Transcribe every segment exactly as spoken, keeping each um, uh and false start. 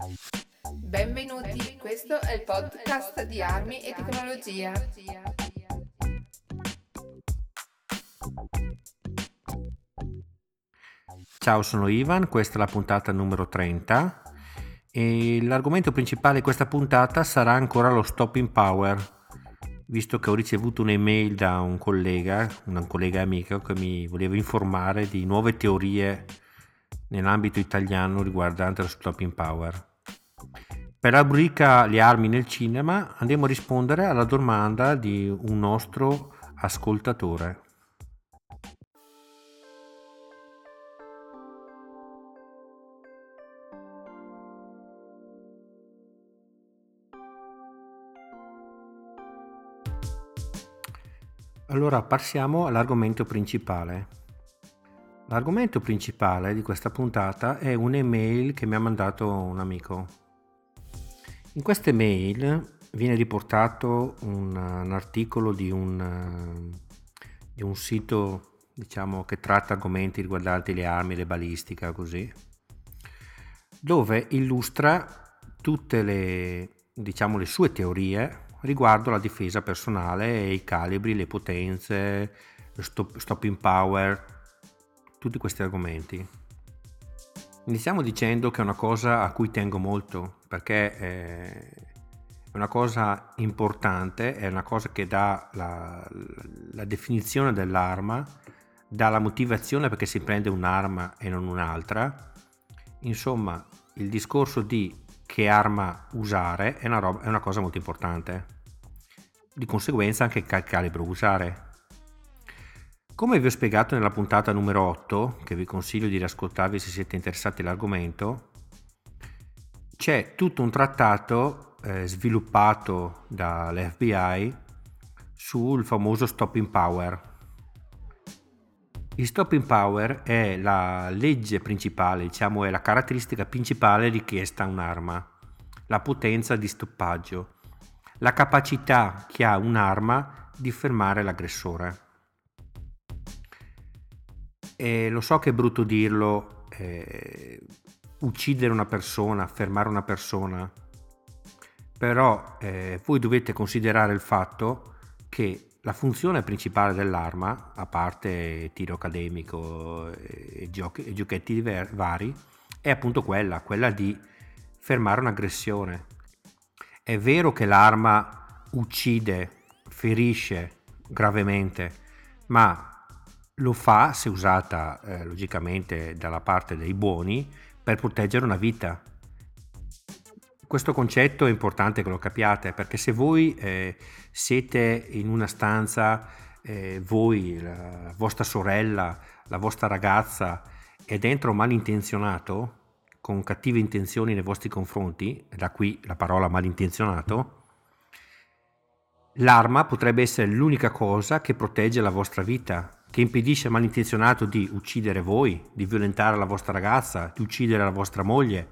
Benvenuti, questo è il podcast di Armi e Tecnologia. Ciao, sono Ivan, questa è la puntata numero trenta e l'argomento principale di questa puntata sarà ancora lo stopping power, visto che ho ricevuto un'email da un collega, un collega amico che mi voleva informare di nuove teorie nell'ambito italiano riguardante lo stopping power. Per la rubrica Le armi nel cinema andiamo a rispondere alla domanda di un nostro ascoltatore. Allora passiamo all'argomento principale. L'argomento principale di questa puntata è un'email che mi ha mandato un amico. In questa email viene riportato un, un articolo di un, di un sito, diciamo, che tratta argomenti riguardanti le armi, le balistica, così, dove illustra tutte le, diciamo, le sue teorie riguardo la difesa personale e i calibri, le potenze, lo stop, stopping power, tutti questi argomenti. Iniziamo dicendo che è una cosa a cui tengo molto, perché è una cosa importante, è una cosa che dà la, la definizione dell'arma, dà la motivazione perché si prende un'arma e non un'altra. Insomma, il discorso di che arma usare è una, roba, è una cosa molto importante. Di conseguenza anche che calibro usare. Come vi ho spiegato nella puntata numero otto, che vi consiglio di riascoltarvi se siete interessati all'argomento, c'è tutto un trattato eh, sviluppato dall'F B I sul famoso stopping power. Il stopping power è la legge principale, diciamo è la caratteristica principale richiesta a un'arma, la potenza di stoppaggio, la capacità che ha un'arma di fermare l'aggressore. E lo so che è brutto dirlo, eh, uccidere una persona, fermare una persona, però eh, voi dovete considerare il fatto che la funzione principale dell'arma, a parte tiro accademico e, giochi, e giochetti diver- vari, è appunto quella, quella di fermare un'aggressione. È vero che l'arma uccide, ferisce gravemente, ma lo fa se usata eh, logicamente dalla parte dei buoni per proteggere una vita. Questo concetto è importante che lo capiate, perché se voi eh, siete in una stanza, eh, voi, la vostra sorella, la vostra ragazza è dentro un malintenzionato, con cattive intenzioni nei vostri confronti, da qui la parola malintenzionato, l'arma potrebbe essere l'unica cosa che protegge la vostra vita, che impedisce al malintenzionato di uccidere voi, di violentare la vostra ragazza, di uccidere la vostra moglie.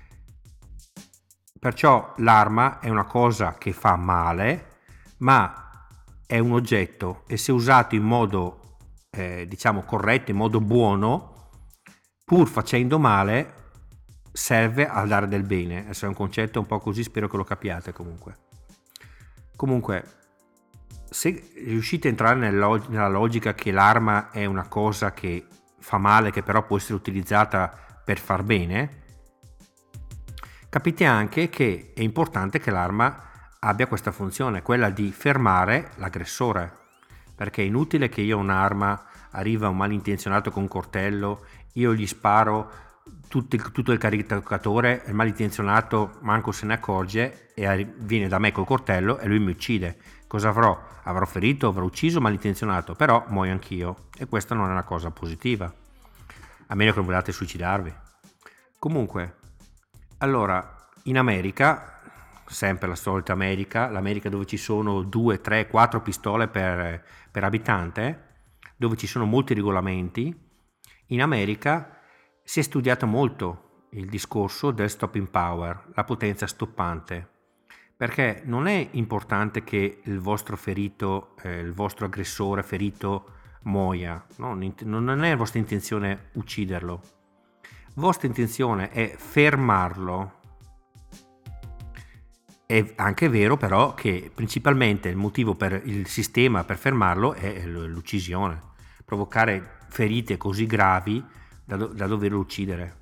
Perciò l'arma è una cosa che fa male, ma è un oggetto e se usato in modo, eh, diciamo, corretto, in modo buono, pur facendo male, serve a dare del bene. Adesso è un concetto un po' così, spero che lo capiate comunque. Comunque, se riuscite a entrare nella logica che l'arma è una cosa che fa male, che però può essere utilizzata per far bene, capite anche che è importante che l'arma abbia questa funzione, quella di fermare l'aggressore, perché è inutile che io ho un'arma, arriva un malintenzionato con un coltello, io gli sparo tutto il, tutto il caricatore, il malintenzionato manco se ne accorge e viene da me col coltello e lui mi uccide. Cosa avrò? Avrò ferito, avrò ucciso malintenzionato, però muoio anch'io e questa non è una cosa positiva, a meno che non vogliate suicidarvi. Comunque, allora, in America, sempre la solita America, l'America dove ci sono due, tre, quattro pistole per, per abitante, dove ci sono molti regolamenti, in America si è studiato molto il discorso del stopping power, la potenza stoppante, perché non è importante che il vostro ferito, eh, il vostro aggressore ferito muoia, no? Non è vostra intenzione ucciderlo. Vostra intenzione è fermarlo, È anche vero però che principalmente il motivo per il sistema per fermarlo è l'uccisione, provocare ferite così gravi da, do- da doverlo uccidere.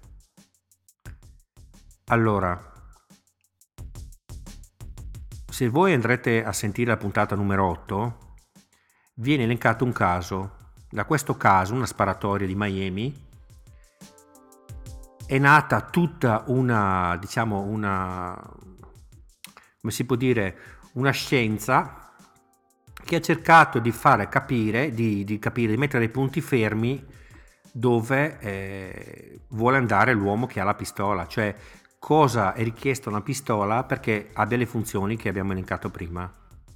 Allora, se voi andrete a sentire la puntata numero otto, viene elencato un caso. Da questo caso, una sparatoria di Miami, è nata tutta una, diciamo, una, come si può dire, una scienza che ha cercato di fare capire, di, di capire, di mettere dei punti fermi dove eh, vuole andare l'uomo che ha la pistola, cioè cosa è richiesto una pistola perché abbia le funzioni che abbiamo elencato prima.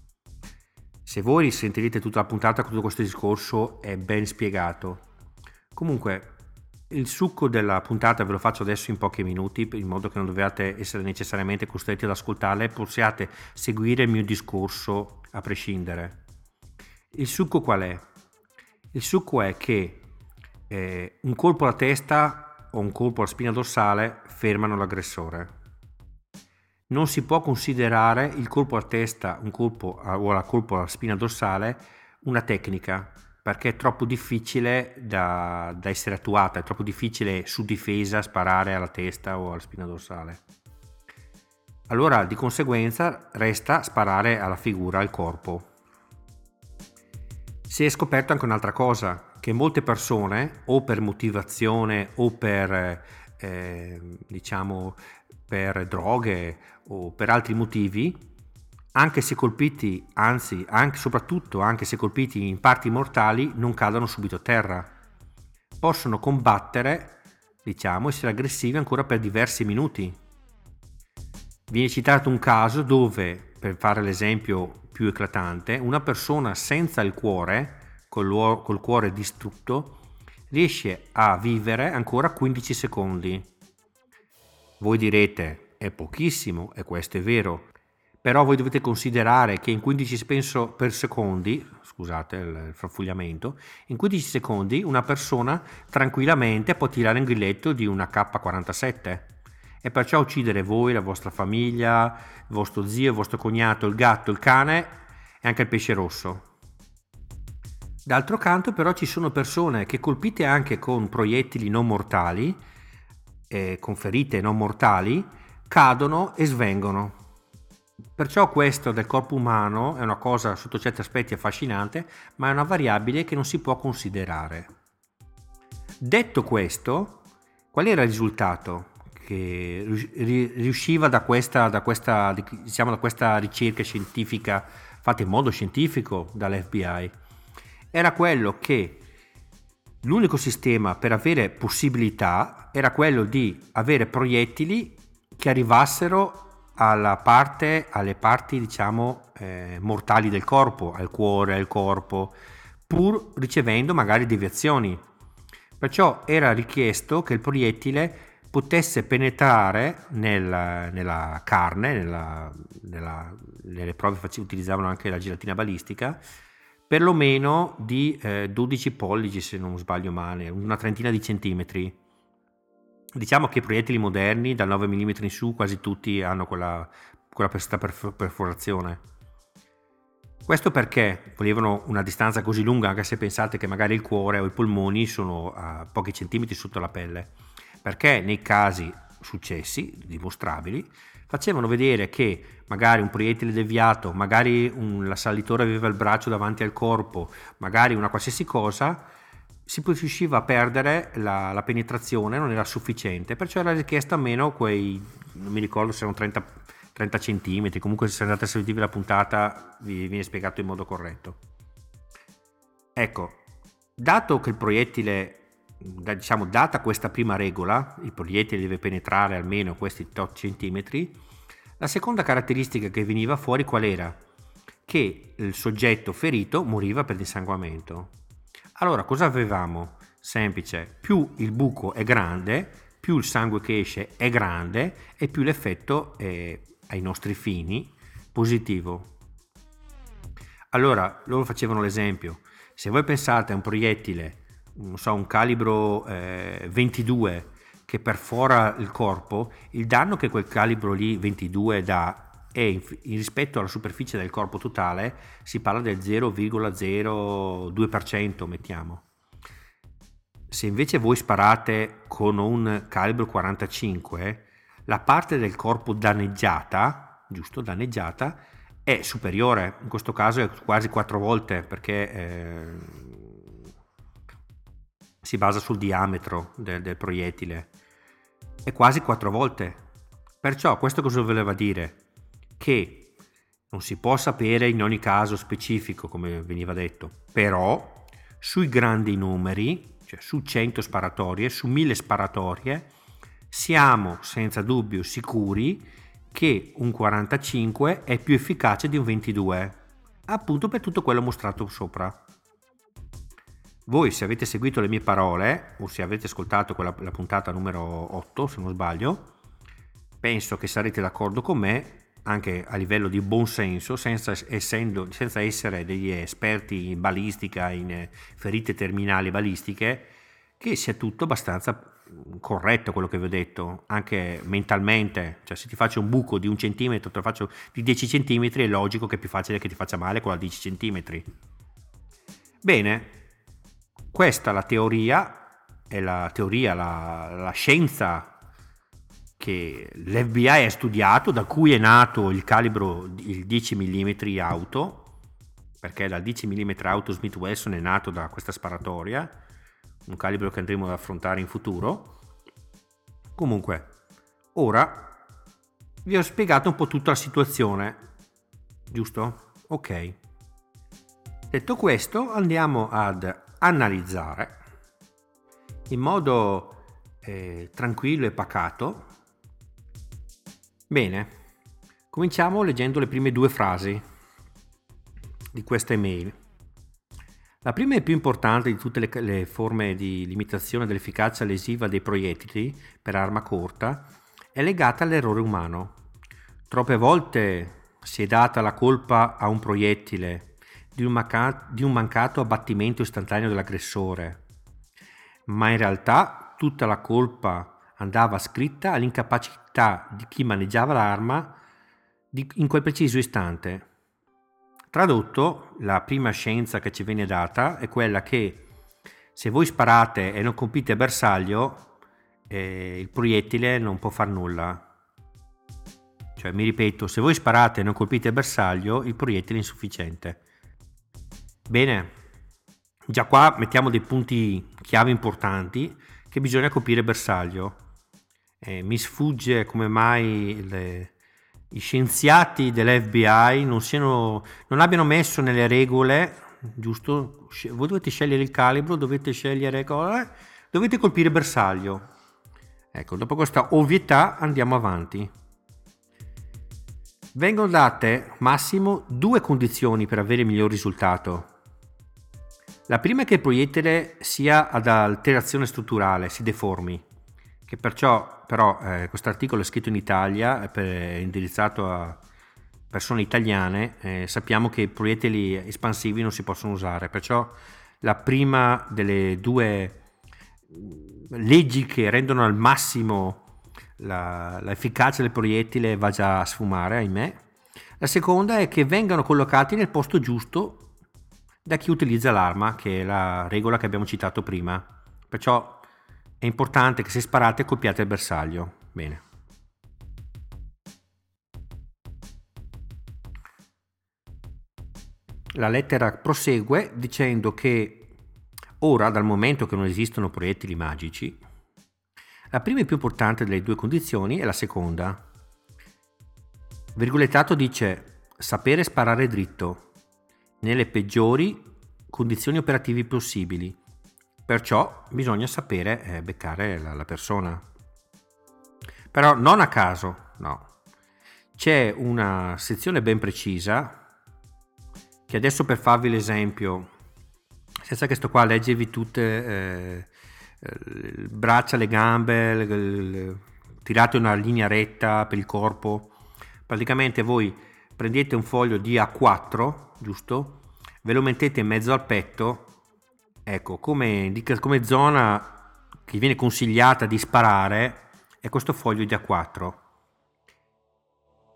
Se voi risentirete tutta la puntata, tutto questo discorso è ben spiegato. Comunque, il succo della puntata ve lo faccio adesso in pochi minuti, in modo che non dobbiate essere necessariamente costretti ad ascoltarla e possiate seguire il mio discorso a prescindere. Il succo qual è? Il succo è che eh, un colpo alla testa o un colpo alla spina dorsale fermano l'aggressore. Non si può considerare il colpo alla testa, un colpo o la colpo alla spina dorsale una tecnica, perché è troppo difficile da, da essere attuata, è troppo difficile su difesa sparare alla testa o alla spina dorsale. Allora di conseguenza resta sparare alla figura, al corpo. Si è scoperto anche un'altra cosa, che molte persone o per motivazione o per eh, diciamo per droghe o per altri motivi, anche se colpiti, anzi anche soprattutto anche se colpiti in parti mortali, non cadono subito a terra. Possono combattere, diciamo, essere aggressivi ancora per diversi minuti. Viene citato un caso dove, per fare l'esempio più eclatante, una persona senza il cuore, col, col cuore distrutto, riesce a vivere ancora quindici secondi. Voi direte, è pochissimo, e questo è vero, però voi dovete considerare che in quindici penso per secondi, scusate il farfugliamento, in quindici secondi una persona tranquillamente può tirare un grilletto di una K quarantasette e perciò uccidere voi, la vostra famiglia, il vostro zio, il vostro cognato, il gatto, il cane e anche il pesce rosso. D'altro canto però ci sono persone che colpite anche con proiettili non mortali, eh, con ferite non mortali, cadono e svengono. Perciò questo del corpo umano è una cosa sotto certi aspetti affascinante, ma è una variabile che non si può considerare. Detto questo, qual era il risultato che riusciva da questa, da questa, diciamo, da questa ricerca scientifica fatta in modo scientifico dall'F B I? Era quello che l'unico sistema per avere possibilità era quello di avere proiettili che arrivassero alla parte, alle parti diciamo eh, mortali del corpo, al cuore, al corpo, pur ricevendo magari deviazioni. Perciò era richiesto che il proiettile potesse penetrare nel, nella carne, nella, nella, nelle prove utilizzavano anche la gelatina balistica, perlomeno di eh, dodici pollici, se non sbaglio male, una trentina di centimetri. Diciamo che i proiettili moderni dal nove millimetri in su quasi tutti hanno quella, quella perforazione. Questo perché volevano una distanza così lunga, anche se pensate che magari il cuore o i polmoni sono a pochi centimetri sotto la pelle, perché nei casi successi, dimostrabili, facevano vedere che magari un proiettile deviato, magari un l'assalitore aveva il braccio davanti al corpo, magari una qualsiasi cosa, si riusciva a perdere la, la penetrazione, non era sufficiente, perciò era richiesto almeno quei, non mi ricordo se erano trenta, trenta centimetri, comunque se andate a sentire la puntata vi viene spiegato in modo corretto. Ecco, dato che il proiettile, diciamo data questa prima regola, il proiettile deve penetrare almeno questi tot centimetri, la seconda caratteristica che veniva fuori qual era? Che il soggetto ferito moriva per dissanguamento. Allora cosa avevamo? Semplice, più il buco è grande, più il sangue che esce è grande e più l'effetto è, ai nostri fini, positivo. Allora loro facevano l'esempio, se voi pensate a un proiettile, non so, un calibro eh, ventidue che perfora il corpo, il danno che quel calibro lì ventidue dà e in, in rispetto alla superficie del corpo totale si parla del zero virgola zero due per cento, mettiamo. Se invece voi sparate con un calibro quarantacinque, la parte del corpo danneggiata, giusto, danneggiata, è superiore, in questo caso è quasi quattro volte, perché eh, si basa sul diametro del, del proiettile, è quasi quattro volte. Perciò questo cosa voleva dire? Che non si può sapere in ogni caso specifico, come veniva detto, però sui grandi numeri, cioè su cento sparatorie, su mille sparatorie, siamo senza dubbio sicuri che un quarantacinque è più efficace di un ventidue, appunto per tutto quello mostrato sopra. Voi, se avete seguito le mie parole o se avete ascoltato quella, la puntata numero otto, se non sbaglio, penso che sarete d'accordo con me anche a livello di buon senso, senza, essendo, senza essere degli esperti in balistica, in ferite terminali balistiche, che sia tutto abbastanza corretto quello che vi ho detto, anche mentalmente. Cioè, se ti faccio un buco di un centimetro, te lo faccio di dieci centimetri, è logico che è più facile che ti faccia male quello a dieci centimetri. Bene, questa è la teoria, è la teoria, la, la scienza che l'F B I ha studiato, da cui è nato il calibro, il dieci millimetri auto, perché dal dieci millimetri auto Smith Wesson è nato da questa sparatoria, un calibro che andremo ad affrontare in futuro. Comunque, ora vi ho spiegato un po' tutta la situazione, giusto? Ok. Detto questo, andiamo ad analizzare in modo eh, tranquillo e pacato. Bene, cominciamo leggendo le prime due frasi di questa email. La prima e più importante di tutte le, le forme di limitazione dell'efficacia lesiva dei proiettili per arma corta è legata all'errore umano. Troppe volte si è data la colpa a un proiettile di un, manca- di un mancato abbattimento istantaneo dell'aggressore, ma in realtà tutta la colpa andava ascritta all'incapacità di chi maneggiava l'arma di, in quel preciso istante. Tradotto, la prima scienza che ci viene data è quella che se voi sparate e non colpite bersaglio, eh, il proiettile non può far nulla. Cioè, mi ripeto, se voi sparate e non colpite bersaglio, il proiettile è insufficiente. Bene, già qua mettiamo dei punti chiave importanti, che bisogna colpire bersaglio. Eh, mi sfugge come mai le, i scienziati dell'F B I non, siano, non abbiano messo nelle regole, giusto? Voi dovete scegliere il calibro, dovete scegliere cosa, dovete colpire bersaglio. Ecco, dopo questa ovvietà andiamo avanti. Vengono date massimo due condizioni per avere il miglior risultato. La prima è che il proiettile sia ad alterazione strutturale, si deformi. Che perciò, però, eh, questo articolo è scritto in Italia, è indirizzato a persone italiane, eh, sappiamo che i proiettili espansivi non si possono usare, perciò la prima delle due leggi che rendono al massimo la, l'efficacia del proiettile va già a sfumare, ahimè. La seconda è che vengano collocati nel posto giusto da chi utilizza l'arma, che è la regola che abbiamo citato prima. Perciò è importante che se sparate colpiate il bersaglio. Bene. La lettera prosegue dicendo che ora, dal momento che non esistono proiettili magici, la prima e più importante delle due condizioni è la seconda. Virgolettato dice sapere sparare dritto nelle peggiori condizioni operative possibili. Perciò bisogna sapere eh, beccare la, la persona. Però non a caso, no. C'è una sezione ben precisa che adesso, per farvi l'esempio, senza che sto qua a leggervi tutte eh, le braccia, le gambe, le, le, tirate una linea retta per il corpo, praticamente voi prendete un foglio di A quattro, giusto? Ve lo mettete in mezzo al petto. Ecco, come, come zona che viene consigliata di sparare è questo foglio di A quattro.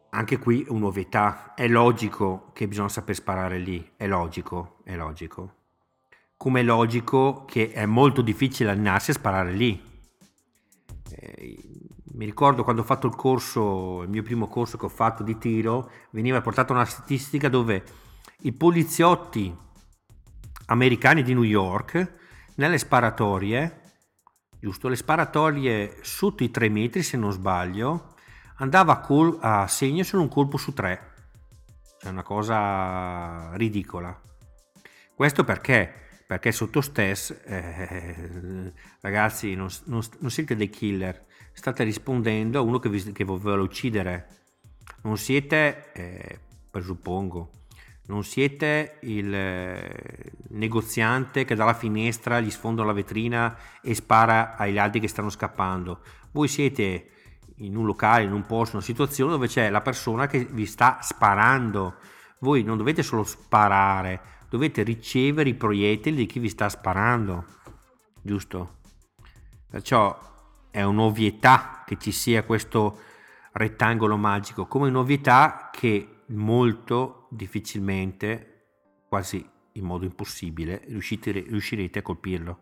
Anche qui un'ovvietà, è logico che bisogna saper sparare lì, è logico, è logico. Come è logico che è molto difficile allenarsi a sparare lì. Eh, mi ricordo quando ho fatto il corso, il mio primo corso che ho fatto di tiro, veniva portata una statistica dove i poliziotti americani di New York, nelle sparatorie, giusto, le sparatorie sotto i tre metri se non sbaglio, andava a, col- a segno solo un colpo su tre. Cioè una cosa ridicola. Questo perché? Perché sotto stress, eh, ragazzi, non, non- non siete dei killer, state rispondendo a uno che vi, che vi vuole uccidere. Non siete, eh, presuppongo, non siete il eh, negoziante che dalla finestra gli sfonda la vetrina e spara ai ladri che stanno scappando. Voi siete in un locale, in un posto, in una situazione dove c'è la persona che vi sta sparando. Voi non dovete solo sparare, dovete ricevere i proiettili di chi vi sta sparando, giusto? Perciò è un'ovvietà che ci sia questo rettangolo magico, come un'ovvietà che molto difficilmente, quasi in modo impossibile, riuscite, riuscirete a colpirlo.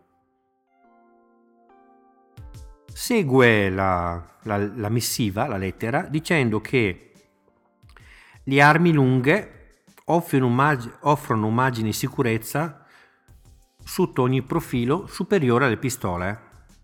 Segue la, la, la missiva, la lettera, dicendo che le armi lunghe offrono, immag- offrono immagini di sicurezza sotto ogni profilo superiore alle pistole.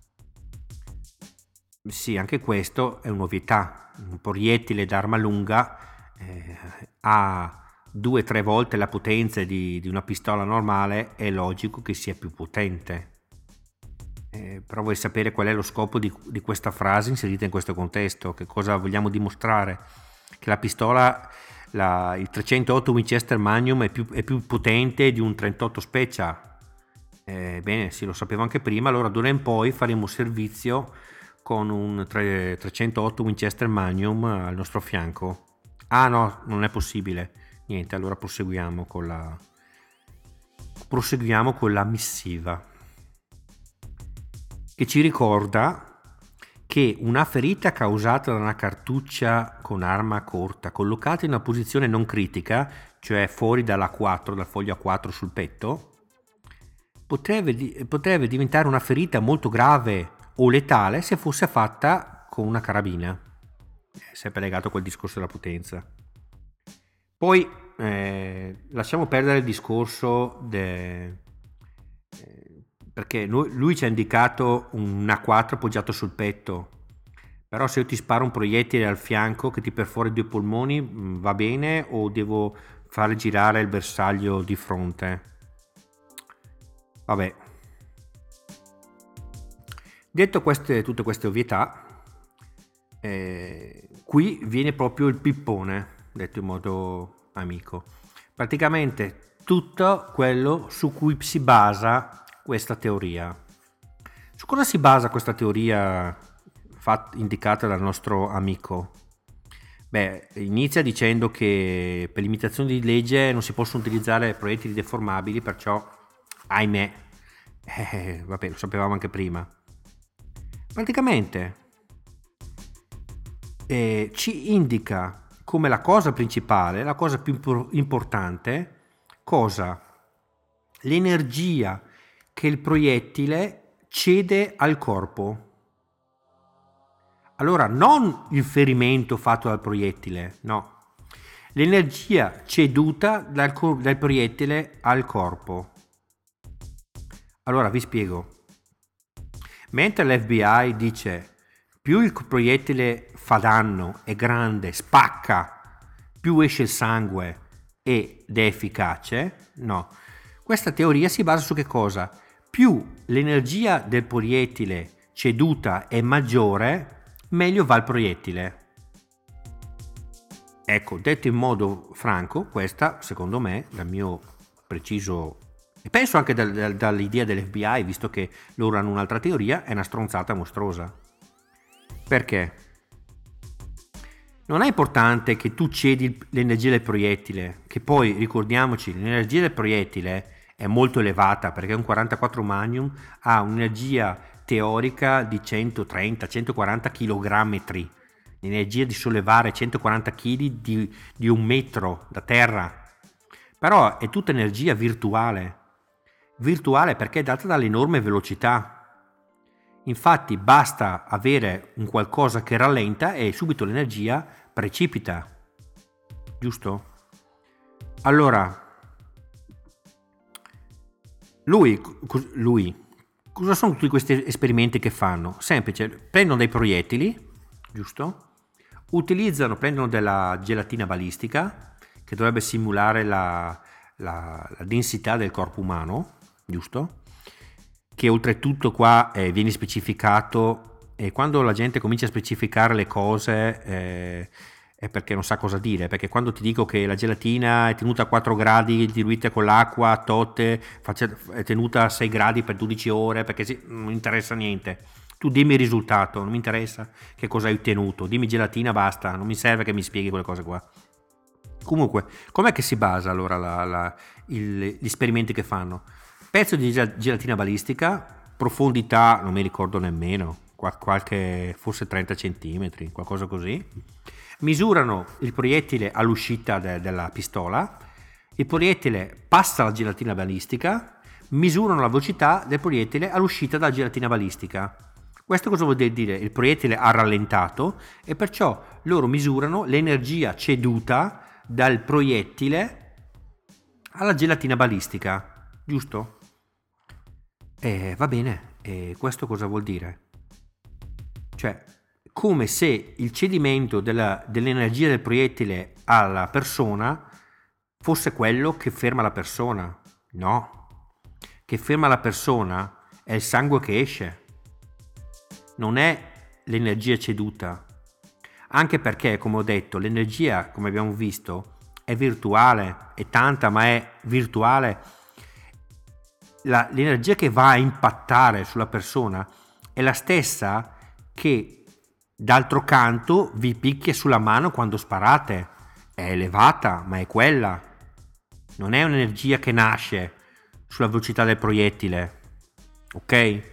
Sì, anche questo è un'ovvietà. Un proiettile d'arma lunga eh, ha due o tre volte la potenza di, di una pistola normale, è logico che sia più potente. Eh, però vuoi sapere qual è lo scopo di, di questa frase inserita in questo contesto? Che cosa vogliamo dimostrare? Che la pistola, la, il trecentootto Winchester Magnum è più, è più potente di un trentotto Special. Eh, bene, sì, lo sapevo anche prima, allora d'ora in poi faremo servizio con un tre, trecentootto Winchester Magnum al nostro fianco. Ah no, non è possibile. Niente, allora proseguiamo con la, proseguiamo con la missiva, che ci ricorda che una ferita causata da una cartuccia con arma corta collocata in una posizione non critica, cioè fuori dalla quattro, dal foglio A quattro sul petto, potrebbe, potrebbe diventare una ferita molto grave o letale se fosse fatta con una carabina. È sempre legato a quel discorso della potenza. Poi eh, lasciamo perdere il discorso de, eh, perché lui, lui ci ha indicato un A quattro appoggiato sul petto, però se io ti sparo un proiettile al fianco che ti perfora i due polmoni, mh, va bene, o devo fare girare il bersaglio di fronte? Vabbè. Detto queste, tutte queste ovvietà, eh, qui viene proprio il pippone, detto in modo amico. Praticamente tutto quello su cui si basa questa teoria. Su cosa si basa questa teoria fat- indicata dal nostro amico? Beh, inizia dicendo che per limitazioni di legge non si possono utilizzare proiettili deformabili, perciò, ahimè, eh, vabbè, lo sapevamo anche prima. Praticamente eh, ci indica come la cosa principale, la cosa più importante, cosa? L'energia che il proiettile cede al corpo. Allora, non il ferimento fatto dal proiettile, no. L'energia ceduta dal, dal proiettile al corpo. Allora, vi spiego. Mentre l'F B I dice più il proiettile fa danno, è grande, spacca, più esce il sangue ed è efficace, no. Questa teoria si basa su che cosa? Più l'energia del proiettile ceduta è maggiore, meglio va il proiettile. Ecco, detto in modo franco, questa, secondo me, dal mio preciso, e penso anche dal, dal, dall'idea dell'F B I, visto che loro hanno un'altra teoria, è una stronzata mostruosa. Perché? Non è importante che tu cedi l'energia del proiettile, che poi, ricordiamoci, l'energia del proiettile è molto elevata, perché un quarantaquattro Magnum ha un'energia teorica di centotrenta centoquaranta chilogrammetri, l'energia di sollevare centoquaranta chili di, di un metro da terra, però è tutta energia virtuale, virtuale perché è data dall'enorme velocità. Infatti basta avere un qualcosa che rallenta e subito l'energia precipita, giusto? Allora, lui, lui, cosa sono tutti questi esperimenti che fanno? Semplice, prendono dei proiettili, giusto? Utilizzano, prendono della gelatina balistica, che dovrebbe simulare la, la, la densità del corpo umano, giusto? Che oltretutto qua eh, viene specificato, e quando la gente comincia a specificare le cose eh, è perché non sa cosa dire, perché quando ti dico che la gelatina è tenuta a quattro gradi diluita con l'acqua, totte, è tenuta a sei gradi per dodici ore, perché sì, non mi interessa niente. Tu dimmi il risultato, non mi interessa che cosa hai ottenuto, dimmi gelatina, basta, non mi serve che mi spieghi quelle cose qua. Comunque, com'è che si basa allora la, la, il, gli esperimenti che fanno? Pezzo di gelatina balistica, profondità non mi ricordo nemmeno, qualche forse trenta centimetri, qualcosa così. Misurano il proiettile all'uscita de, della pistola, il proiettile passa la gelatina balistica, misurano la velocità del proiettile all'uscita dalla gelatina balistica. Questo cosa vuol dire? Il proiettile ha rallentato e perciò loro misurano l'energia ceduta dal proiettile alla gelatina balistica, giusto? E va bene, e questo cosa vuol dire? Cioè, come se il cedimento della, dell'energia del proiettile alla persona fosse quello che ferma la persona. No, che ferma la persona è il sangue che esce, non è l'energia ceduta. Anche perché, come ho detto, l'energia, come abbiamo visto, è virtuale, è tanta, ma è virtuale. La, l'energia che va a impattare sulla persona è la stessa che d'altro canto vi picchia sulla mano quando sparate. È elevata, ma è quella. Non è un'energia che nasce sulla velocità del proiettile, ok?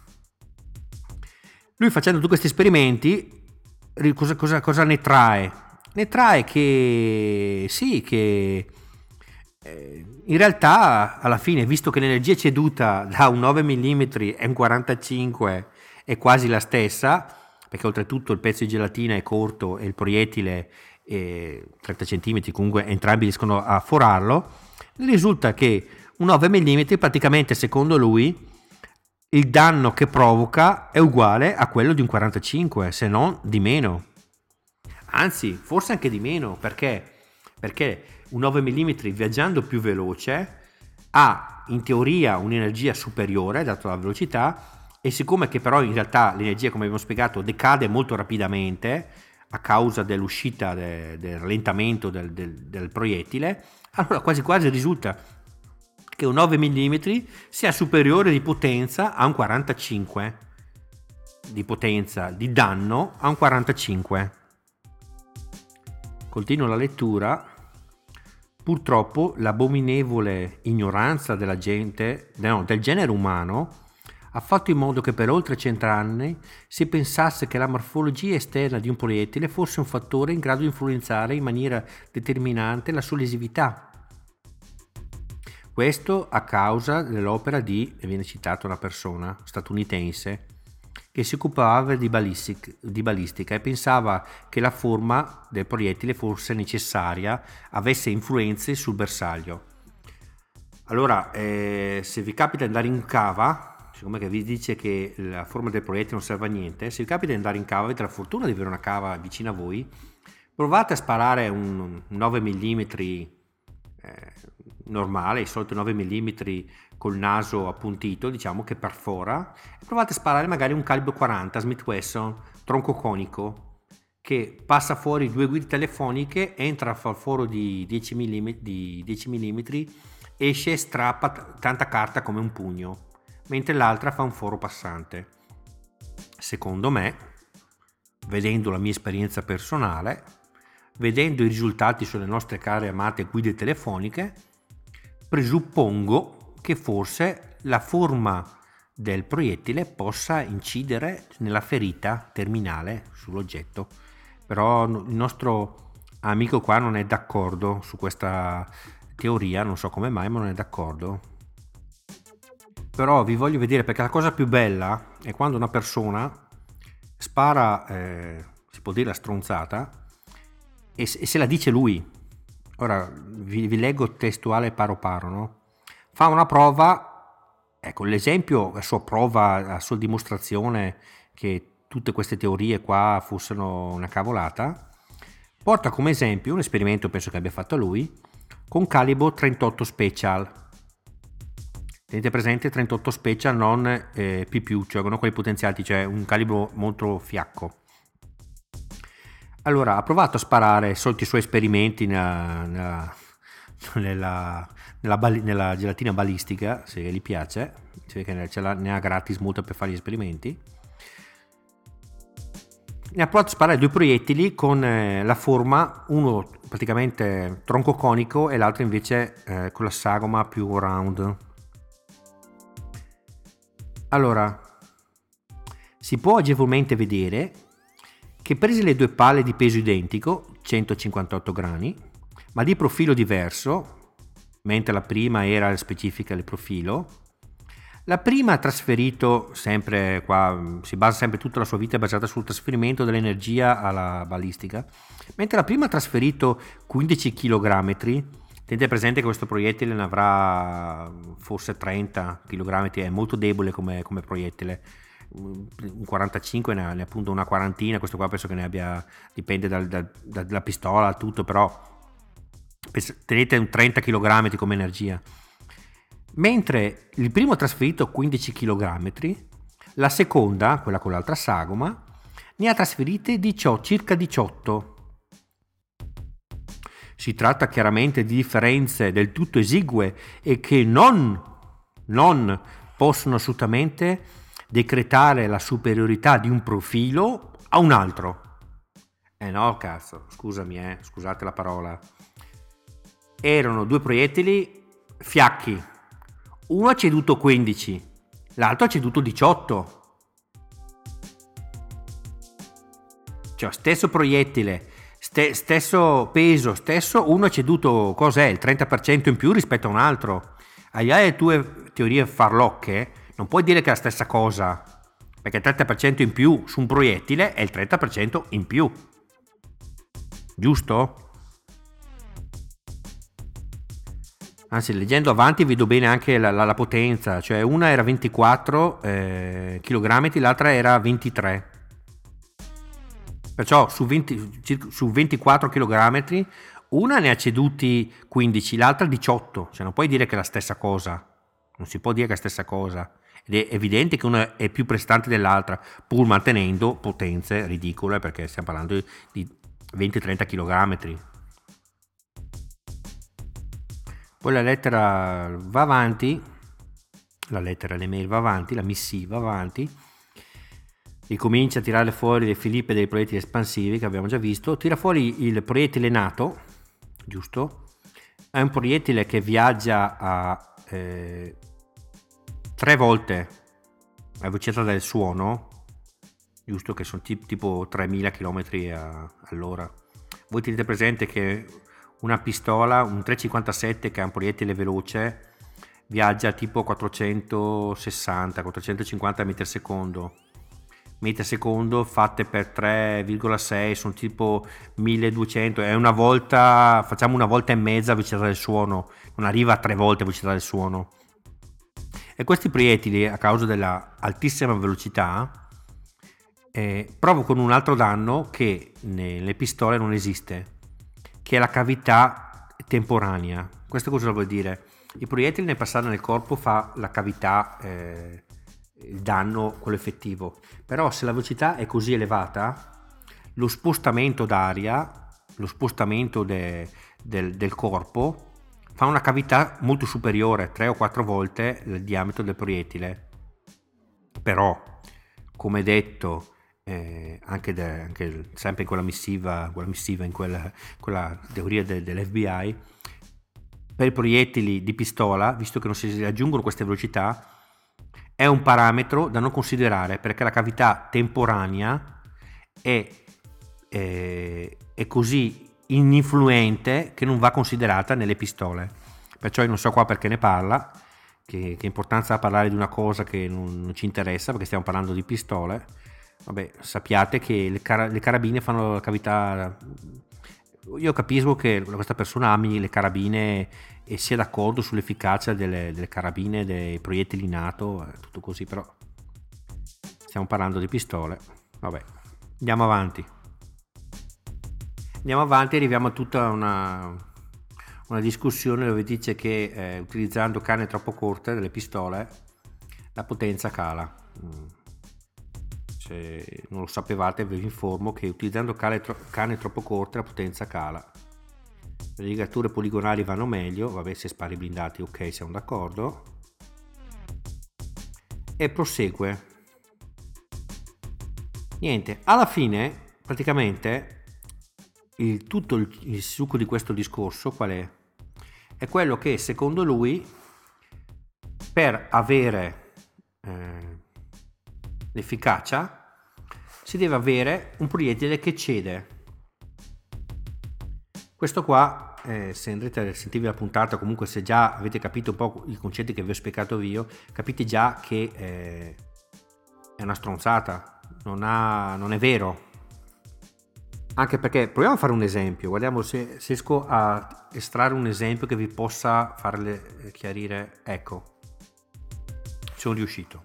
Lui, facendo tutti questi esperimenti, cosa, cosa, cosa ne trae? Ne trae che sì, che eh, in realtà alla fine, visto che l'energia ceduta da un nove millimetri e un quarantacinque è quasi la stessa, perché oltretutto il pezzo di gelatina è corto e il proiettile è trenta centimetri, comunque entrambi riescono a forarlo, risulta che un nove millimetri praticamente, secondo lui, il danno che provoca è uguale a quello di un quarantacinque, se non di meno. Anzi, forse anche di meno, perché? Perché un nove millimetri viaggiando più veloce ha in teoria un'energia superiore data la velocità, e siccome che però in realtà l'energia, come abbiamo spiegato, decade molto rapidamente a causa dell'uscita de, del rallentamento del, del, del proiettile, allora quasi quasi risulta che un nove millimetri sia superiore di potenza a un quarantacinque, di potenza, di danno a un quarantacinque. Continuo la lettura. Purtroppo l'abominevole ignoranza della gente, no, del genere umano, ha fatto in modo che per oltre cent'anni si pensasse che la morfologia esterna di un proiettile fosse un fattore in grado di influenzare in maniera determinante la sua lesività. Questo a causa dell'opera di, e viene citata una persona statunitense, che si occupava di, balistic, di balistica e pensava che la forma del proiettile fosse necessaria, avesse influenze sul bersaglio. Allora, eh, se vi capita di andare in cava, siccome che vi dice che la forma del proiettile non serve a niente, se vi capita di andare in cava, avete la fortuna di avere una cava vicino a voi, provate a sparare un nove millimetri eh, normale, il solito nove millimetri col naso appuntito, diciamo, che perfora, e provate a sparare magari un calibro quaranta Smith Wesson tronco conico, che passa fuori due guide telefoniche, entra a far foro di dieci millimetri, esce e strappa tanta carta come un pugno, mentre l'altra fa un foro passante. Secondo me, vedendo la mia esperienza personale, vedendo i risultati sulle nostre care amate guide telefoniche, presuppongo che forse la forma del proiettile possa incidere nella ferita terminale sull'oggetto, però il nostro amico qua non è d'accordo su questa teoria, non so come mai, ma non è d'accordo. Però vi voglio vedere, perché la cosa più bella è quando una persona spara, eh, si può dire la stronzata, e, e se la dice lui. Ora vi, vi leggo testuale paro paro, no? Fa una prova, ecco l'esempio, a sua prova, a sua dimostrazione che tutte queste teorie qua fossero una cavolata, porta come esempio un esperimento, penso che abbia fatto lui, con calibro trentotto Special. Tenete presente trentotto Special, non eh, P più, cioè non quelli potenziati, cioè un calibro molto fiacco. Allora, ha provato a sparare soliti i suoi esperimenti nella, nella, nella, nella, bali, nella gelatina balistica, se gli piace, si vede che ce l'ha, ne ha gratis molto per fare gli esperimenti. Ne ha provato a sparare due proiettili con eh, la forma, uno praticamente tronco conico e l'altro invece eh, con la sagoma più round. Allora, si può agevolmente vedere che prese le due palle di peso identico, centocinquantotto grammi, ma di profilo diverso, mentre la prima era specifica del profilo, la prima ha trasferito sempre qua, si basa sempre tutta la sua vita è basata sul trasferimento dell'energia alla balistica, mentre la prima ha trasferito quindici chilogrammi. Tenete presente che questo proiettile ne avrà forse trenta chilogrammi, è molto debole come, come proiettile. Un quarantacinque ne ha, ne ha appunto una quarantina, questo qua penso che ne abbia, dipende dal, dal, dalla pistola, tutto, però tenete un trenta chilogrammi come energia. Mentre il primo ha trasferito quindici chilogrammi, la seconda, quella con l'altra sagoma, ne ha trasferite diciotto, circa diciotto. Si tratta chiaramente di differenze del tutto esigue e che non, non possono assolutamente decretare la superiorità di un profilo a un altro. Eh no, cazzo, scusami, eh, scusate la parola. Erano due proiettili fiacchi. Uno ha ceduto quindici, l'altro ha ceduto diciotto. Cioè, stesso proiettile, st- stesso peso, stesso, uno ha ceduto, cos'è, il trenta per cento in più rispetto a un altro. Hai le tue teorie farlocche, non puoi dire che è la stessa cosa, perché il trenta per cento in più su un proiettile è il trenta per cento in più. Giusto? Anzi, leggendo avanti vedo bene anche la, la, la potenza, cioè una era ventiquattro eh, chilogrammi, l'altra era ventitré. Perciò su, venti, su ventiquattro chilogrammi una ne ha ceduti quindici, l'altra diciotto. Cioè non puoi dire che è la stessa cosa. Non si può dire che è la stessa cosa. Ed è evidente che una è più prestante dell'altra, pur mantenendo potenze ridicole, perché stiamo parlando di venti trenta chilogrammi. Poi la lettera va avanti, la lettera, l'email va avanti, la missiva va avanti, e comincia a tirare fuori le Filippe dei proiettili espansivi che abbiamo già visto. Tira fuori il proiettile NATO, giusto? È un proiettile che viaggia a eh, tre volte la velocità del suono, giusto? Che sono tipo, tipo tremila chilometri all'ora. Voi tenete presente che una pistola, un tre cinquantasette che è un proiettile veloce, viaggia tipo quattrocentosessanta quattrocentocinquanta metri al secondo. Metri al secondo fatte per tre virgola sei sono tipo milleduecento. È una volta, facciamo una volta e mezza la velocità del suono, non arriva a tre volte la velocità del suono. E questi proiettili, a causa della altissima velocità, eh, provocano un altro danno che nelle pistole non esiste, che è la cavità temporanea. Questo cosa vuol dire? I proiettili nel passare nel corpo fa la cavità, eh, il danno, quello effettivo. Però se la velocità è così elevata, lo spostamento d'aria, lo spostamento de, del, del corpo fa una cavità molto superiore, tre o quattro volte il diametro del proiettile. Però, come detto, Eh, anche, de, anche sempre in quella missiva, quella missiva in quella, quella teoria de, dell'F B I, per i proiettili di pistola, visto che non si raggiungono queste velocità, è un parametro da non considerare, perché la cavità temporanea è eh, è così ininfluente che non va considerata nelle pistole. Perciò io non so qua perché ne parla, che, che importanza ha parlare di una cosa che non, non ci interessa, perché stiamo parlando di pistole. Vabbè, sappiate che le, car- le carabine fanno la cavità. Io capisco che questa persona ami le carabine e sia d'accordo sull'efficacia delle, delle carabine, dei proiettili NATO, tutto così, però stiamo parlando di pistole. Vabbè, andiamo avanti. Andiamo avanti e arriviamo a tutta una, una discussione dove dice che eh, utilizzando canne troppo corte delle pistole la potenza cala. Mm. Se non lo sapevate vi informo che utilizzando canne, tro- canne troppo corte la potenza cala. Le rigature poligonali vanno meglio, vabbè, se spari blindati ok, siamo d'accordo. E prosegue. Niente, alla fine praticamente il, tutto il, il succo di questo discorso qual è? È quello che secondo lui per avere eh, l'efficacia si deve avere un proiettile che cede. Questo qua, eh, se andrete a sentirvi la puntata, comunque se già avete capito un po' i concetti che vi ho spiegato io, capite già che eh, è una stronzata, non, ha, non è vero. Anche perché, proviamo a fare un esempio, guardiamo se, se riesco a estrarre un esempio che vi possa farle chiarire. Ecco, sono riuscito.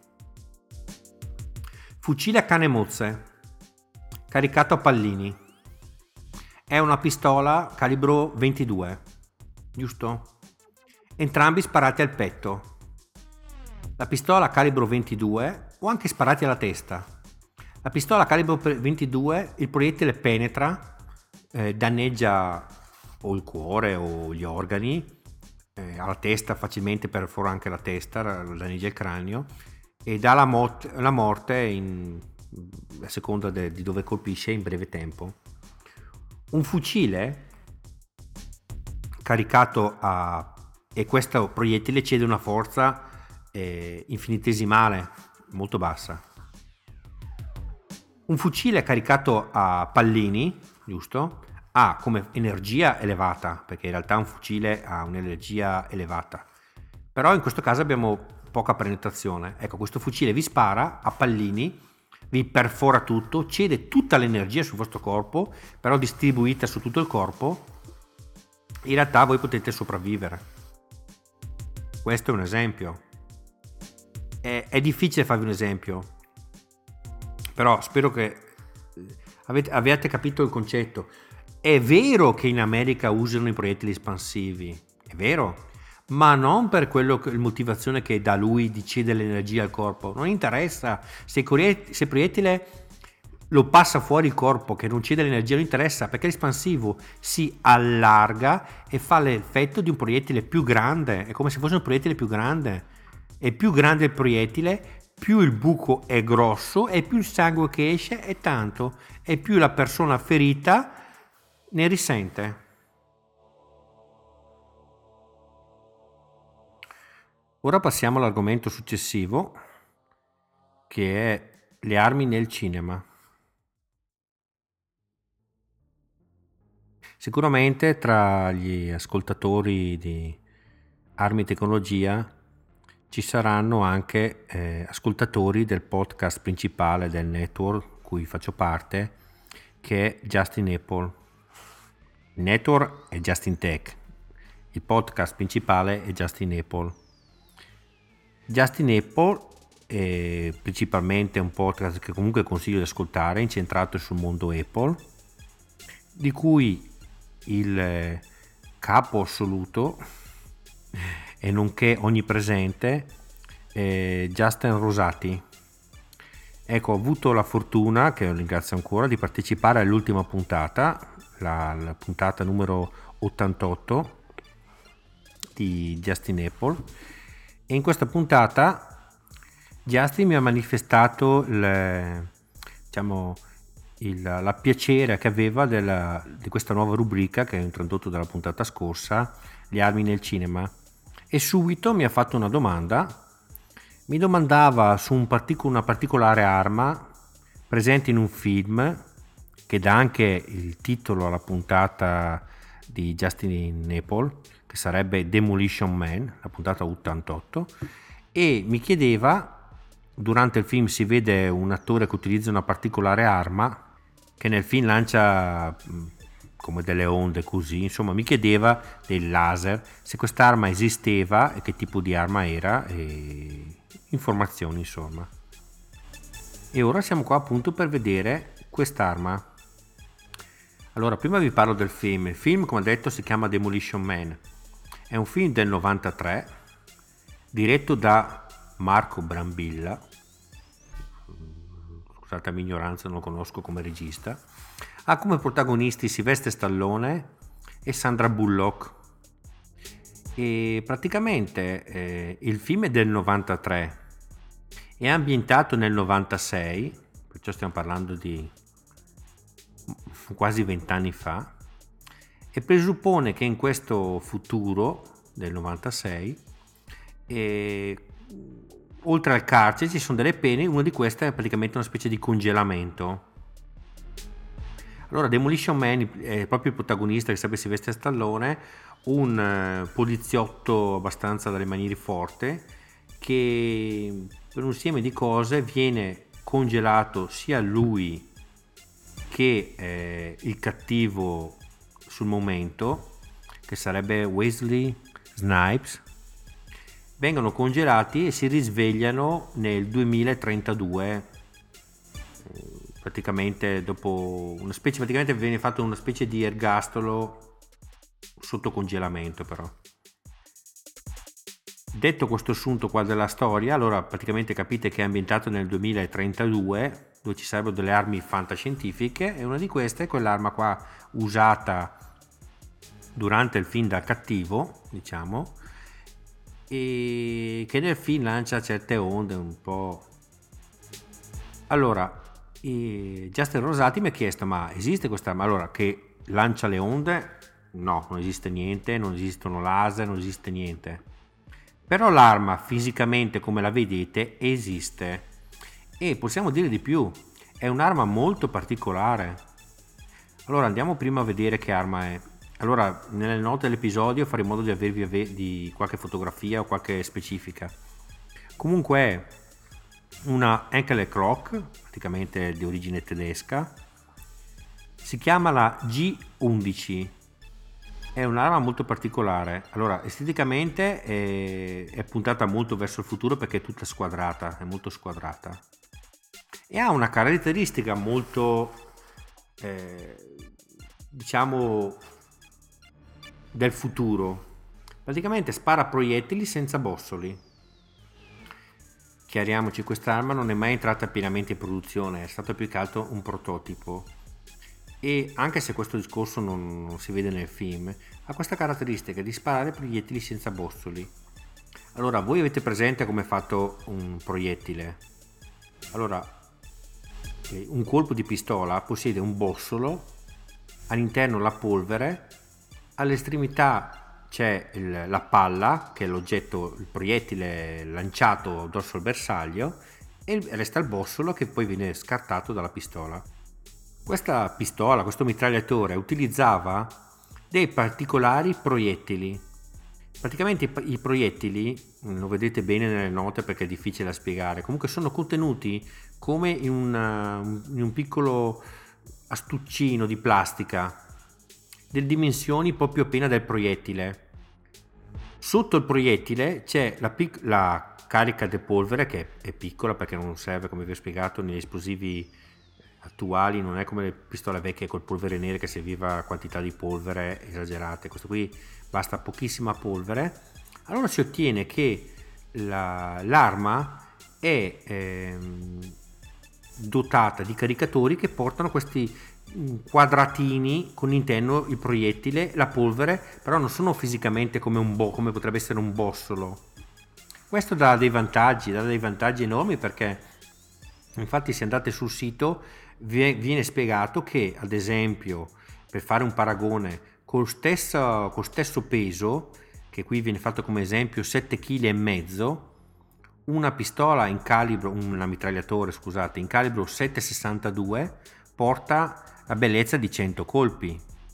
Fucile a canne mozze, caricato a pallini. È una pistola calibro ventidue, giusto? Entrambi sparati al petto. La pistola calibro ventidue o anche sparati alla testa. La pistola calibro ventidue, il proiettile penetra, eh, danneggia o il cuore o gli organi, eh, alla testa facilmente perfora anche la testa, danneggia il cranio e dà la, mot- la morte in, a seconda de- di dove colpisce in breve tempo. Un fucile caricato a... e questo proiettile cede una forza eh, infinitesimale, molto bassa. Un fucile caricato a pallini, giusto, ha come energia elevata, perché in realtà un fucile ha un'energia elevata, però in questo caso abbiamo poca penetrazione. Ecco, questo fucile vi spara a pallini, vi perfora tutto, cede tutta l'energia sul vostro corpo, però distribuita su tutto il corpo. In realtà voi potete sopravvivere. Questo è un esempio. È, è difficile farvi un esempio, però spero che avete, abbiate capito il concetto. È vero che in America usano i proiettili espansivi, è vero, ma non per quello che, il motivazione che da lui di cedere l'energia al corpo. Non interessa se il proiettile lo passa fuori il corpo, che non cede l'energia, non interessa, perché l'espansivo si allarga e fa l'effetto di un proiettile più grande. È come se fosse un proiettile più grande. E più grande il proiettile, più il buco è grosso e più il sangue che esce è tanto, e più la persona ferita ne risente. Ora passiamo all'argomento successivo, che è le armi nel cinema. Sicuramente tra gli ascoltatori di Armi e Tecnologia ci saranno anche eh, ascoltatori del podcast principale del network cui faccio parte, che è Just in Apple. Il network è Just in Tech, il podcast principale è Just in Apple. Just in Apple è principalmente un podcast che comunque consiglio di ascoltare, incentrato sul mondo Apple, di cui il capo assoluto e nonché onnipresente è Justin Rosati. Ecco, ho avuto la fortuna, che ringrazio ancora, di partecipare all'ultima puntata, la, la puntata numero ottantotto di Justin Apple, e in questa puntata Justin mi ha manifestato il, diciamo, il la piacere che aveva della, di questa nuova rubrica che ho introdotto dalla puntata scorsa, le armi nel cinema, e subito mi ha fatto una domanda. Mi domandava su un partic- una particolare arma presente in un film che dà anche il titolo alla puntata di Justin Nepal, che sarebbe Demolition Man, la puntata ottantotto, e mi chiedeva, durante il film si vede un attore che utilizza una particolare arma che nel film lancia come delle onde così, insomma mi chiedeva del laser, se quest'arma esisteva e che tipo di arma era e informazioni insomma. E ora siamo qua appunto per vedere quest'arma. Allora, prima vi parlo del film. Il film, come detto, si chiama Demolition Man. È un film del novantatré, diretto da Marco Brambilla. Scusate la mia ignoranza, non lo conosco come regista. Ha come protagonisti Sylvester Stallone e Sandra Bullock. E praticamente eh, il film è del novantatré, è ambientato nel novantasei, perciò stiamo parlando di quasi vent'anni fa, e presuppone che in questo futuro del novantasei, eh, oltre al carcere ci sono delle pene, una di queste è praticamente una specie di congelamento. Allora Demolition Man è proprio il protagonista, che sarebbe Sylvester Stallone, un eh, poliziotto abbastanza dalle maniere forti, che per un insieme di cose viene congelato sia lui che eh, il cattivo sul momento, che sarebbe Wesley Snipes, vengono congelati e si risvegliano nel duemilatrentadue, praticamente dopo una specie, praticamente viene fatto una specie di ergastolo sotto congelamento. Però detto questo assunto qua della storia, allora praticamente capite che è ambientato nel duemilatrentadue, dove ci sarebbero delle armi fantascientifiche, e una di queste è quell'arma qua usata durante il film dal cattivo, diciamo, e che nel film lancia certe onde un po'. Allora Justin Rosati mi ha chiesto: ma esiste quest'arma? Allora, che lancia le onde? No, non esiste niente, non esistono laser, non esiste niente. Però l'arma fisicamente, come la vedete, esiste. E possiamo dire di più, è un'arma molto particolare. Allora andiamo prima a vedere che arma è. Allora, nelle note dell'episodio farò in modo di avervi ave- di qualche fotografia o qualche specifica. Comunque è una Henkel Clock, praticamente di origine tedesca. Si chiama la G undici. È un'arma molto particolare. Allora, esteticamente è, è puntata molto verso il futuro perché è tutta squadrata, è molto squadrata. E ha una caratteristica molto, eh, diciamo, del futuro. Praticamente spara proiettili senza bossoli. Chiariamoci, quest'arma non è mai entrata pienamente in produzione, è stato più che altro un prototipo. E anche se questo discorso non, non si vede nel film, ha questa caratteristica di sparare proiettili senza bossoli. Allora, voi avete presente come è fatto un proiettile? Allora, un colpo di pistola possiede un bossolo, all'interno la polvere, all'estremità c'è il, la palla, che è l'oggetto, il proiettile lanciato verso il bersaglio, e resta il bossolo che poi viene scartato dalla pistola. Questa pistola, questo mitragliatore, utilizzava dei particolari proiettili. Praticamente i proiettili, lo vedete bene nelle note perché è difficile da spiegare, comunque sono contenuti come in, una, in un piccolo astuccino di plastica, delle dimensioni proprio appena del proiettile. Sotto il proiettile c'è la, pic- la carica di polvere, che è piccola perché non serve, come vi ho spiegato, negli esplosivi attuali non è come le pistole vecchie col polvere nere che serviva quantità di polvere esagerate. Questo qui basta pochissima polvere. Allora si ottiene che la, l'arma è ehm, dotata di caricatori che portano questi quadratini con all'interno il proiettile, la polvere, però non sono fisicamente come un bo- come potrebbe essere un bossolo. Questo dà dei vantaggi, dà dei vantaggi enormi, perché infatti se andate sul sito viene spiegato che, ad esempio, per fare un paragone, col stesso, col stesso peso, che qui viene fatto come esempio sette virgola cinque chili, una pistola in calibro, un mitragliatore scusate, in calibro sette virgola sessantadue porta la bellezza di cento colpi.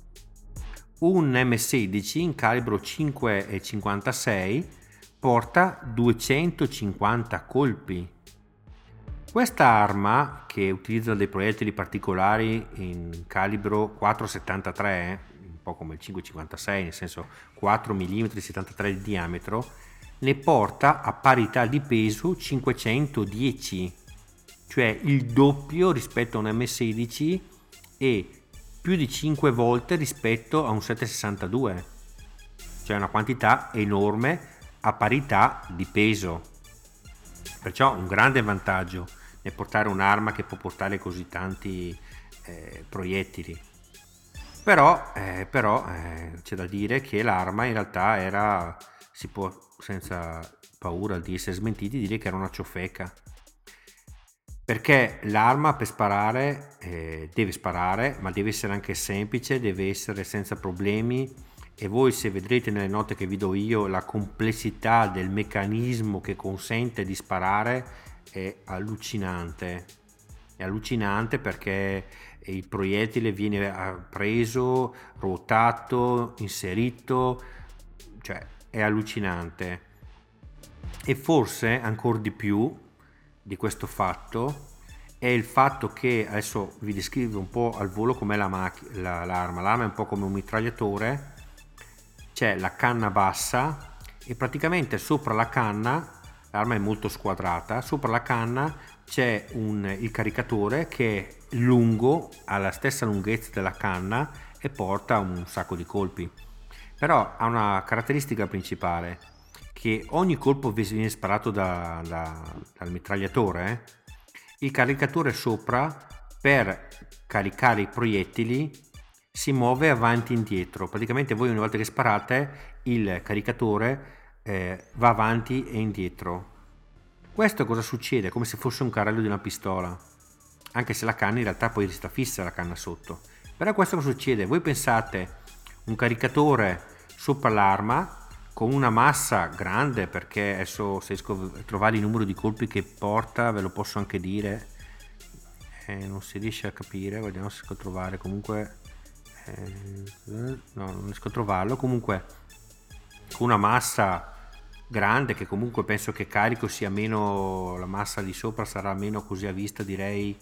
Un M sedici in calibro cinque virgola cinquantasei porta duecentocinquanta colpi. Questa arma, che utilizza dei proiettili particolari in calibro quattro virgola settantatré, un po' come il cinque virgola cinquantasei, nel senso quattro millimetri settantatré di diametro, ne porta a parità di peso cinquecentodieci, cioè il doppio rispetto a un M sedici e più di cinque volte rispetto a un sette virgola sessantadue, cioè una quantità enorme a parità di peso. Perciò un grande vantaggio nel portare un'arma che può portare così tanti eh, proiettili. Però, eh, però eh, c'è da dire che l'arma in realtà era, si può senza paura di essere smentiti dire che era una ciofeca, perché l'arma per sparare eh, deve sparare, ma deve essere anche semplice, deve essere senza problemi. E voi, se vedrete nelle note che vi do io la complessità del meccanismo che consente di sparare, è allucinante. È allucinante perché il proiettile viene preso, ruotato, inserito, cioè è allucinante. E forse ancora di più di questo fatto è il fatto che, adesso vi descrivo un po' al volo com'è la mac- la, l'arma. L'arma è un po' come un mitragliatore. C'è la canna bassa e praticamente sopra la canna, l'arma è molto squadrata, sopra la canna c'è un, il caricatore che è lungo, ha la stessa lunghezza della canna e porta un sacco di colpi. Però ha una caratteristica principale, che ogni colpo viene sparato da, da, dal mitragliatore, il caricatore sopra, per caricare i proiettili, si muove avanti e indietro. Praticamente voi, ogni volta che sparate, il caricatore eh, va avanti e indietro. Questo cosa succede? Come se fosse un carrello di una pistola, anche se la canna in realtà poi resta fissa, la canna sotto. Però questo cosa succede? Voi pensate un caricatore sopra l'arma con una massa grande, perché adesso se riesco a trovare il numero di colpi che porta ve lo posso anche dire, eh, non si riesce a capire, vediamo se riesco a trovare, comunque eh, no, non riesco a trovarlo, comunque con una massa grande, che comunque penso che carico sia meno, la massa di sopra sarà meno, così a vista direi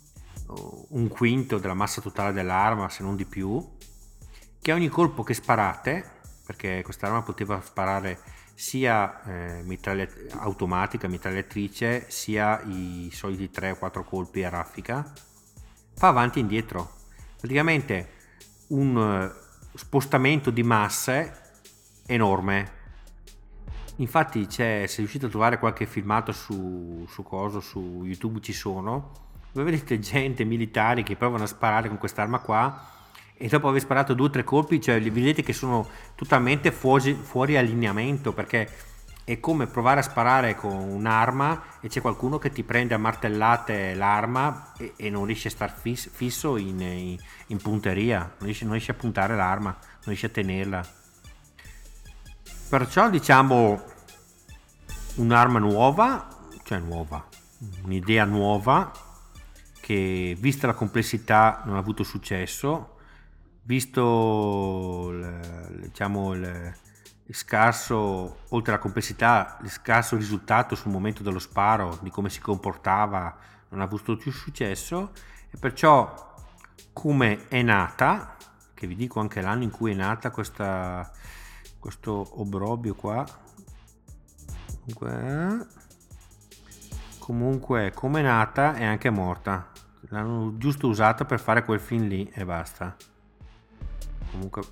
un quinto della massa totale dell'arma, se non di più, che ogni colpo che sparate, perché quest'arma poteva sparare sia eh, mitraglia- automatica, mitragliatrice, sia i soliti tre o quattro colpi a raffica, fa avanti e indietro, praticamente un uh, spostamento di masse enorme. Infatti c'è, se riuscite a trovare qualche filmato su, su coso, su YouTube ci sono, dove vedete gente, militari che provano a sparare con quest'arma qua e dopo aver sparato due o tre colpi, cioè vedete che sono totalmente fuori, fuori allineamento, perché è come provare a sparare con un'arma e c'è qualcuno che ti prende a martellate l'arma e, e non riesce a star fis, fisso in, in, in punteria, non riesce, non riesce a puntare l'arma, non riesce a tenerla. Perciò diciamo un'arma nuova, cioè nuova, un'idea nuova che, vista la complessità, non ha avuto successo, visto il, diciamo il, il scarso, oltre alla complessità, il scarso risultato sul momento dello sparo, di come si comportava, non ha avuto più successo, e perciò, come è nata, che vi dico anche l'anno in cui è nata questa, questo obbrobio qua, comunque, comunque come è nata è anche morta, l'hanno giusto usata per fare quel film lì e basta. Comunque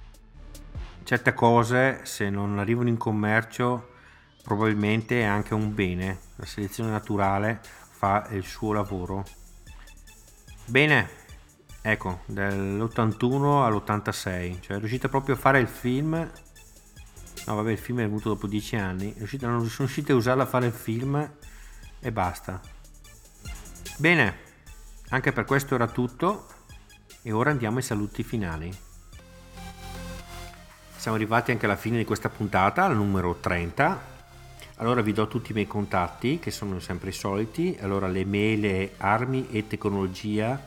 certe cose, se non arrivano in commercio, probabilmente è anche un bene, la selezione naturale fa il suo lavoro. Bene, ecco, dall'ottantuno all'ottantasei, cioè riuscite proprio a fare il film. No vabbè, il film è venuto dopo dieci anni, riuscite, non sono riusciti a usarla a fare il film e basta. Bene, anche per questo era tutto e ora andiamo ai saluti finali. Siamo arrivati anche alla fine di questa puntata, al numero trenta. Allora vi do tutti i miei contatti, che sono sempre i soliti. Allora le mail è armi e tecnologia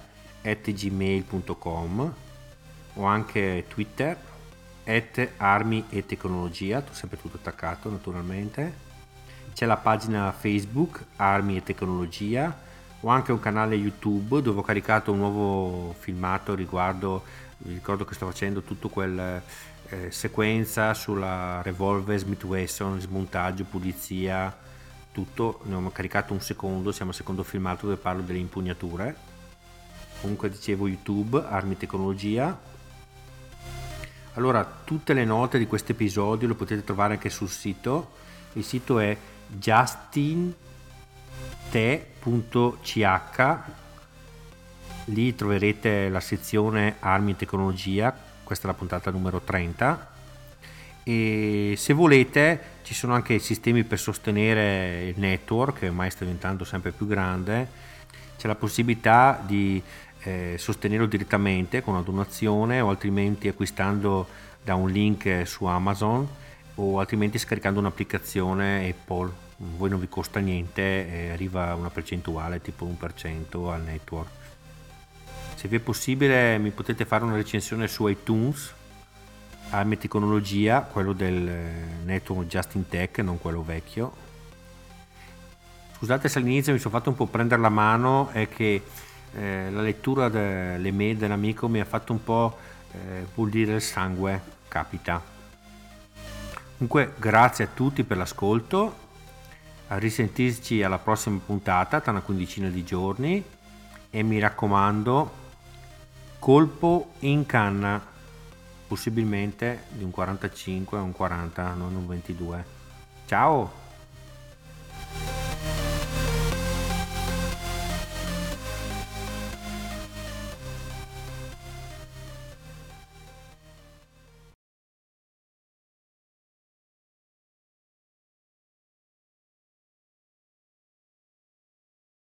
at gmail punto com, o anche Twitter at armi e tecnologia, sempre tutto attaccato naturalmente. C'è la pagina Facebook Armi e Tecnologia, ho anche un canale YouTube dove ho caricato un nuovo filmato riguardo, vi ricordo che sto facendo tutto quel eh, sequenza sulla revolver Smith Wesson, smontaggio, pulizia, tutto, ne ho caricato un secondo, siamo al secondo filmato dove parlo delle impugnature. Comunque dicevo YouTube Armi e Tecnologia. Allora, tutte le note di questo episodio lo potete trovare anche sul sito, il sito è justinte punto c h, lì troverete la sezione Armi e Tecnologia, questa è la puntata numero trenta, e se volete ci sono anche sistemi per sostenere il network che ormai sta diventando sempre più grande, c'è la possibilità di eh, sostenerlo direttamente con una donazione o altrimenti acquistando da un link su Amazon o altrimenti scaricando un'applicazione Apple. Voi non vi costa niente e arriva una percentuale tipo un per cento al network. Se vi è possibile mi potete fare una recensione su iTunes, Armi e Tecnologia, quello del network Just in Tech, non quello vecchio. Scusate se all'inizio mi sono fatto un po' prendere la mano, è che eh, la lettura delle mail dell'amico mi ha fatto un po' eh, bollire il sangue, capita. Comunque grazie a tutti per l'ascolto, a risentirci alla prossima puntata tra una quindicina di giorni e mi raccomando, colpo in canna, possibilmente di un quarantacinque o un quaranta, non un ventidue. Ciao!